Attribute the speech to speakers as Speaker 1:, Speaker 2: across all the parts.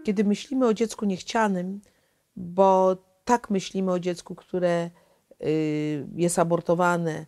Speaker 1: kiedy myślimy o dziecku niechcianym, bo tak myślimy o dziecku, które jest abortowane,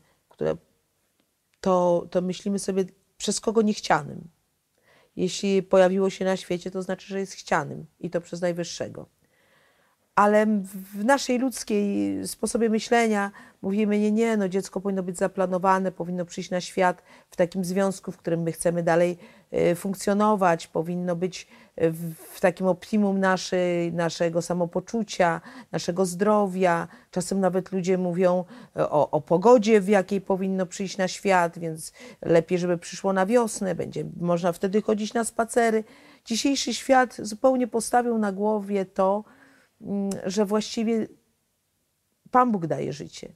Speaker 1: to myślimy sobie, przez kogo niechcianym. Jeśli pojawiło się na świecie, to znaczy, że jest chcianym i to przez Najwyższego. Ale w naszej ludzkiej sposobie myślenia mówimy, nie, no dziecko powinno być zaplanowane, powinno przyjść na świat w takim związku, w którym my chcemy dalej funkcjonować, powinno być w takim optimum naszego samopoczucia, naszego zdrowia. Czasem nawet ludzie mówią o pogodzie, w jakiej powinno przyjść na świat, więc lepiej, żeby przyszło na wiosnę, będzie można wtedy chodzić na spacery. Dzisiejszy świat zupełnie postawił na głowie to, że właściwie Pan Bóg daje życie.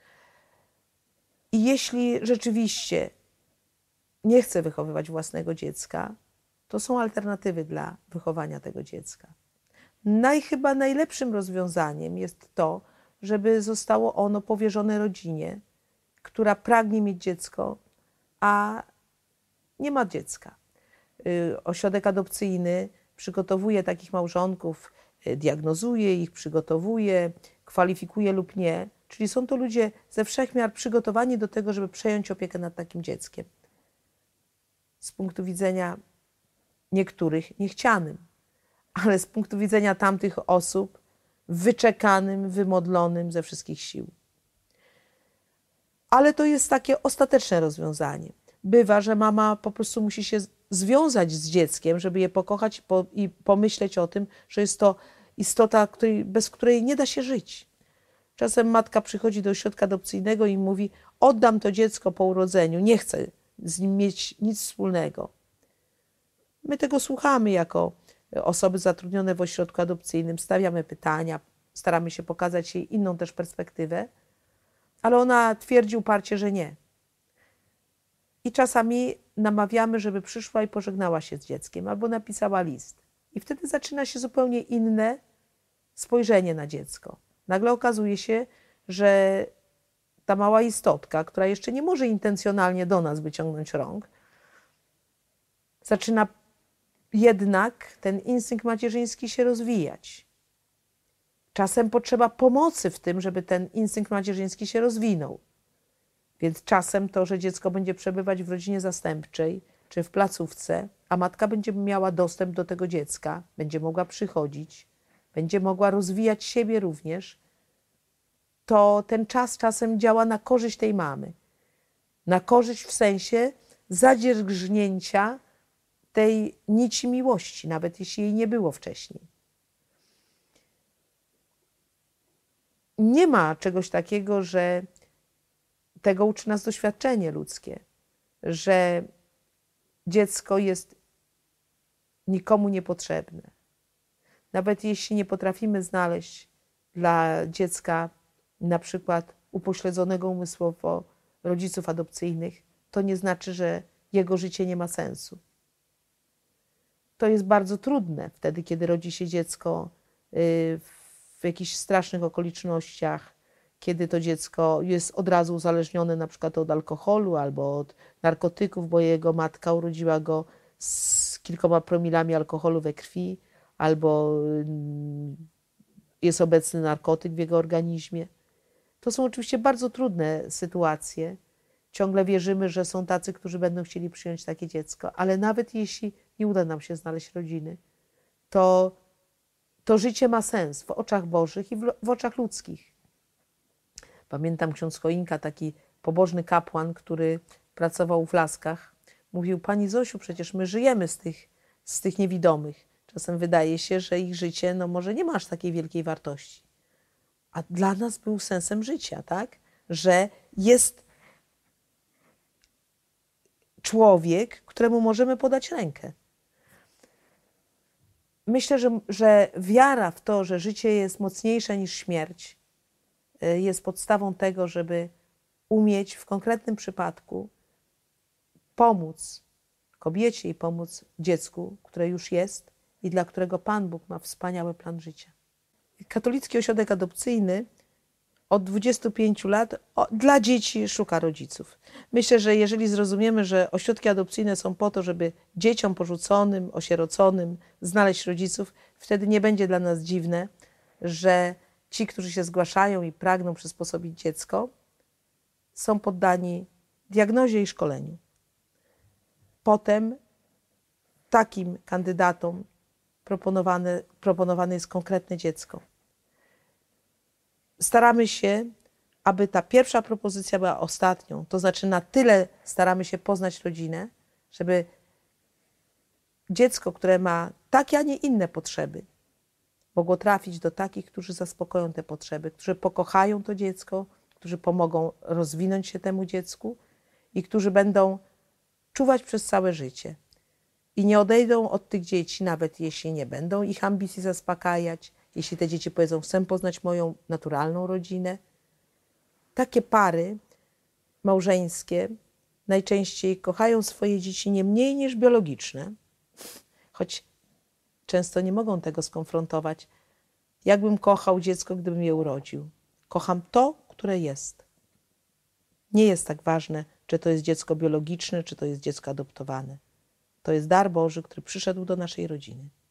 Speaker 1: I jeśli rzeczywiście nie chce wychowywać własnego dziecka, to są alternatywy dla wychowania tego dziecka. Chyba najlepszym rozwiązaniem jest to, żeby zostało ono powierzone rodzinie, która pragnie mieć dziecko, a nie ma dziecka. Ośrodek adopcyjny przygotowuje takich małżonków, diagnozuje ich, przygotowuje, kwalifikuje lub nie. Czyli są to ludzie ze wszechmiar przygotowani do tego, żeby przejąć opiekę nad takim dzieckiem. Z punktu widzenia niektórych niechcianym, ale z punktu widzenia tamtych osób wyczekanym, wymodlonym ze wszystkich sił. Ale to jest takie ostateczne rozwiązanie. Bywa, że mama po prostu musi się związać z dzieckiem, żeby je pokochać i pomyśleć o tym, że jest to istota, bez której nie da się żyć. Czasem matka przychodzi do ośrodka adopcyjnego i mówi: oddam to dziecko po urodzeniu, nie chcę z nim mieć nic wspólnego. My tego słuchamy jako osoby zatrudnione w ośrodku adopcyjnym, stawiamy pytania, staramy się pokazać jej inną też perspektywę, ale ona twierdzi uparcie, że nie. I czasami namawiamy, żeby przyszła i pożegnała się z dzieckiem albo napisała list. I wtedy zaczyna się zupełnie inne spojrzenie na dziecko. Nagle okazuje się, że ta mała istotka, która jeszcze nie może intencjonalnie do nas wyciągnąć rąk, zaczyna jednak ten instynkt macierzyński się rozwijać. Czasem potrzeba pomocy w tym, żeby ten instynkt macierzyński się rozwinął. Więc czasem to, że dziecko będzie przebywać w rodzinie zastępczej czy w placówce, a matka będzie miała dostęp do tego dziecka, będzie mogła przychodzić, będzie mogła rozwijać siebie również, to ten czas czasem działa na korzyść tej mamy. Na korzyść w sensie zadzierżnięcia tej nici miłości, nawet jeśli jej nie było wcześniej. Nie ma czegoś takiego, że tego uczy nas doświadczenie ludzkie, że dziecko jest nikomu niepotrzebne. Nawet jeśli nie potrafimy znaleźć dla dziecka na przykład upośledzonego umysłowo rodziców adopcyjnych, to nie znaczy, że jego życie nie ma sensu. To jest bardzo trudne wtedy, kiedy rodzi się dziecko w jakichś strasznych okolicznościach, kiedy to dziecko jest od razu uzależnione na przykład od alkoholu albo od narkotyków, bo jego matka urodziła go z kilkoma promilami alkoholu we krwi, albo jest obecny narkotyk w jego organizmie. To są oczywiście bardzo trudne sytuacje. Ciągle wierzymy, że są tacy, którzy będą chcieli przyjąć takie dziecko, ale nawet jeśli nie uda nam się znaleźć rodziny, to życie ma sens w oczach Bożych i w oczach ludzkich. Pamiętam ksiądz Choinka, taki pobożny kapłan, który pracował w Laskach. Mówił: Pani Zosiu, przecież my żyjemy z tych niewidomych. Czasem wydaje się, że ich życie może nie ma aż takiej wielkiej wartości. A dla nas był sensem życia, tak? Że jest człowiek, któremu możemy podać rękę. Myślę, że wiara w to, że życie jest mocniejsze niż śmierć, jest podstawą tego, żeby umieć w konkretnym przypadku pomóc kobiecie i pomóc dziecku, które już jest i dla którego Pan Bóg ma wspaniały plan życia. Katolicki Ośrodek Adopcyjny od 25 lat dla dzieci szuka rodziców. Myślę, że jeżeli zrozumiemy, że ośrodki adopcyjne są po to, żeby dzieciom porzuconym, osieroconym znaleźć rodziców, wtedy nie będzie dla nas dziwne, że ci, którzy się zgłaszają i pragną przysposobić dziecko, są poddani diagnozie i szkoleniu. Potem takim kandydatom proponowane jest konkretne dziecko. Staramy się, aby ta pierwsza propozycja była ostatnią. To znaczy na tyle staramy się poznać rodzinę, żeby dziecko, które ma takie, a nie inne potrzeby, mogło trafić do takich, którzy zaspokoją te potrzeby, którzy pokochają to dziecko, którzy pomogą rozwinąć się temu dziecku i którzy będą czuwać przez całe życie. I nie odejdą od tych dzieci, nawet jeśli nie będą ich ambicji zaspokajać, jeśli te dzieci powiedzą, chcę poznać moją naturalną rodzinę. Takie pary małżeńskie najczęściej kochają swoje dzieci nie mniej niż biologiczne, choć często nie mogą tego skonfrontować. Jakbym kochał dziecko, gdybym je urodził. Kocham to, które jest. Nie jest tak ważne, czy to jest dziecko biologiczne, czy to jest dziecko adoptowane. To jest dar Boży, który przyszedł do naszej rodziny.